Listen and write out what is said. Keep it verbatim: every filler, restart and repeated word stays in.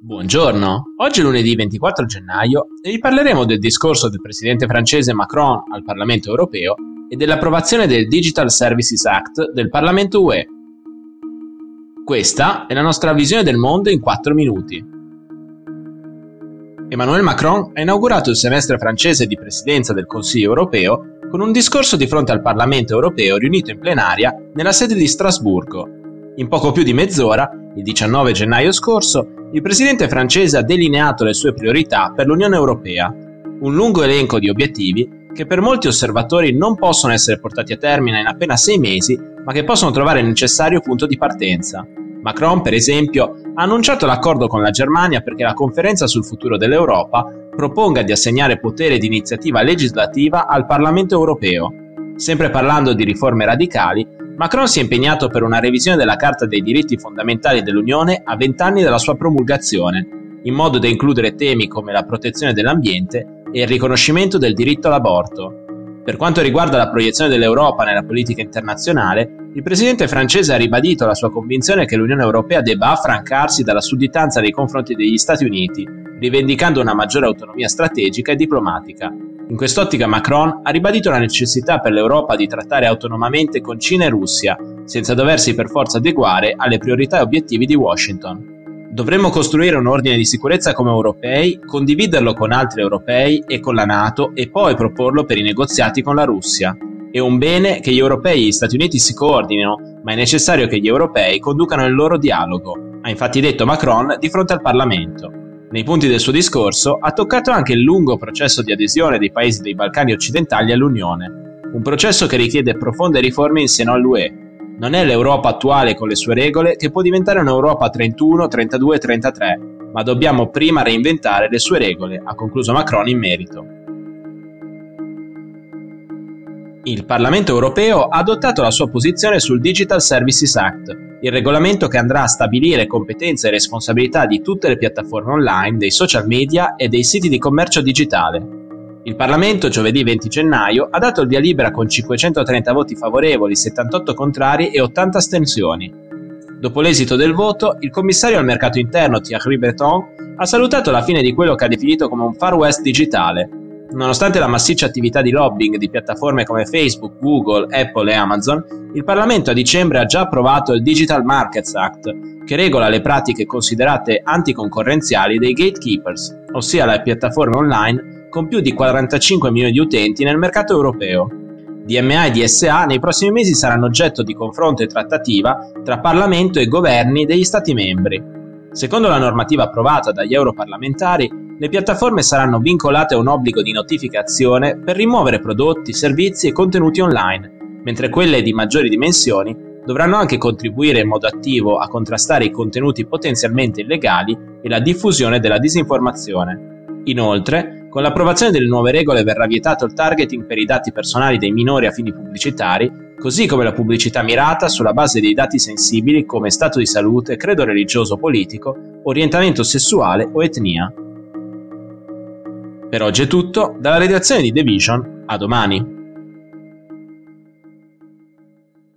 Buongiorno, oggi è lunedì ventiquattro gennaio e vi parleremo del discorso del presidente francese Macron al Parlamento europeo e dell'approvazione del Digital Services Act del Parlamento U E. Questa è la nostra visione del mondo in quattro minuti. Emmanuel Macron ha inaugurato il semestre francese di presidenza del Consiglio europeo con un discorso di fronte al Parlamento europeo riunito in plenaria nella sede di Strasburgo. In poco più di mezz'ora, il diciannove gennaio scorso, il presidente francese ha delineato le sue priorità per l'Unione Europea, un lungo elenco di obiettivi che per molti osservatori non possono essere portati a termine in appena sei mesi, ma che possono trovare il necessario punto di partenza. Macron, per esempio, ha annunciato l'accordo con la Germania perché la conferenza sul futuro dell'Europa proponga di assegnare potere di iniziativa legislativa al Parlamento europeo. Sempre parlando di riforme radicali, Macron si è impegnato per una revisione della Carta dei diritti fondamentali dell'Unione a vent'anni dalla sua promulgazione, in modo da includere temi come la protezione dell'ambiente e il riconoscimento del diritto all'aborto. Per quanto riguarda la proiezione dell'Europa nella politica internazionale, il presidente francese ha ribadito la sua convinzione che l'Unione Europea debba affrancarsi dalla sudditanza nei confronti degli Stati Uniti, rivendicando una maggiore autonomia strategica e diplomatica. In quest'ottica Macron ha ribadito la necessità per l'Europa di trattare autonomamente con Cina e Russia, senza doversi per forza adeguare alle priorità e obiettivi di Washington. Dovremmo costruire un ordine di sicurezza come europei, condividerlo con altri europei e con la NATO e poi proporlo per i negoziati con la Russia. È un bene che gli europei e gli Stati Uniti si coordinino, ma è necessario che gli europei conducano il loro dialogo, ha infatti detto Macron di fronte al Parlamento. Nei punti del suo discorso ha toccato anche il lungo processo di adesione dei paesi dei Balcani occidentali all'Unione, un processo che richiede profonde riforme in seno all'U E. Non è l'Europa attuale con le sue regole che può diventare un'Europa trentuno, trentadue e trentatré, ma dobbiamo prima reinventare le sue regole, ha concluso Macron in merito. Il Parlamento europeo ha adottato la sua posizione sul Digital Services Act, il regolamento che andrà a stabilire competenze e responsabilità di tutte le piattaforme online, dei social media e dei siti di commercio digitale. Il Parlamento, giovedì venti gennaio, ha dato il via libera con cinquecentotrenta voti favorevoli, settantotto contrari e ottanta astensioni. Dopo l'esito del voto, il commissario al mercato interno Thierry Breton ha salutato la fine di quello che ha definito come un Far West digitale. Nonostante la massiccia attività di lobbying di piattaforme come Facebook, Google, Apple e Amazon, il Parlamento a dicembre ha già approvato il Digital Markets Act, che regola le pratiche considerate anticoncorrenziali dei gatekeepers, ossia le piattaforme online con più di quarantacinque milioni di utenti nel mercato europeo. D M A e D S A nei prossimi mesi saranno oggetto di confronto e trattativa tra Parlamento e governi degli Stati membri. Secondo la normativa approvata dagli europarlamentari, le piattaforme saranno vincolate a un obbligo di notificazione per rimuovere prodotti, servizi e contenuti online, mentre quelle di maggiori dimensioni dovranno anche contribuire in modo attivo a contrastare i contenuti potenzialmente illegali e la diffusione della disinformazione. Inoltre, con l'approvazione delle nuove regole verrà vietato il targeting per i dati personali dei minori a fini pubblicitari, così come la pubblicità mirata sulla base dei dati sensibili come stato di salute, credo religioso o politico, orientamento sessuale o etnia. Per oggi è tutto, dalla redazione di The Vision, a domani.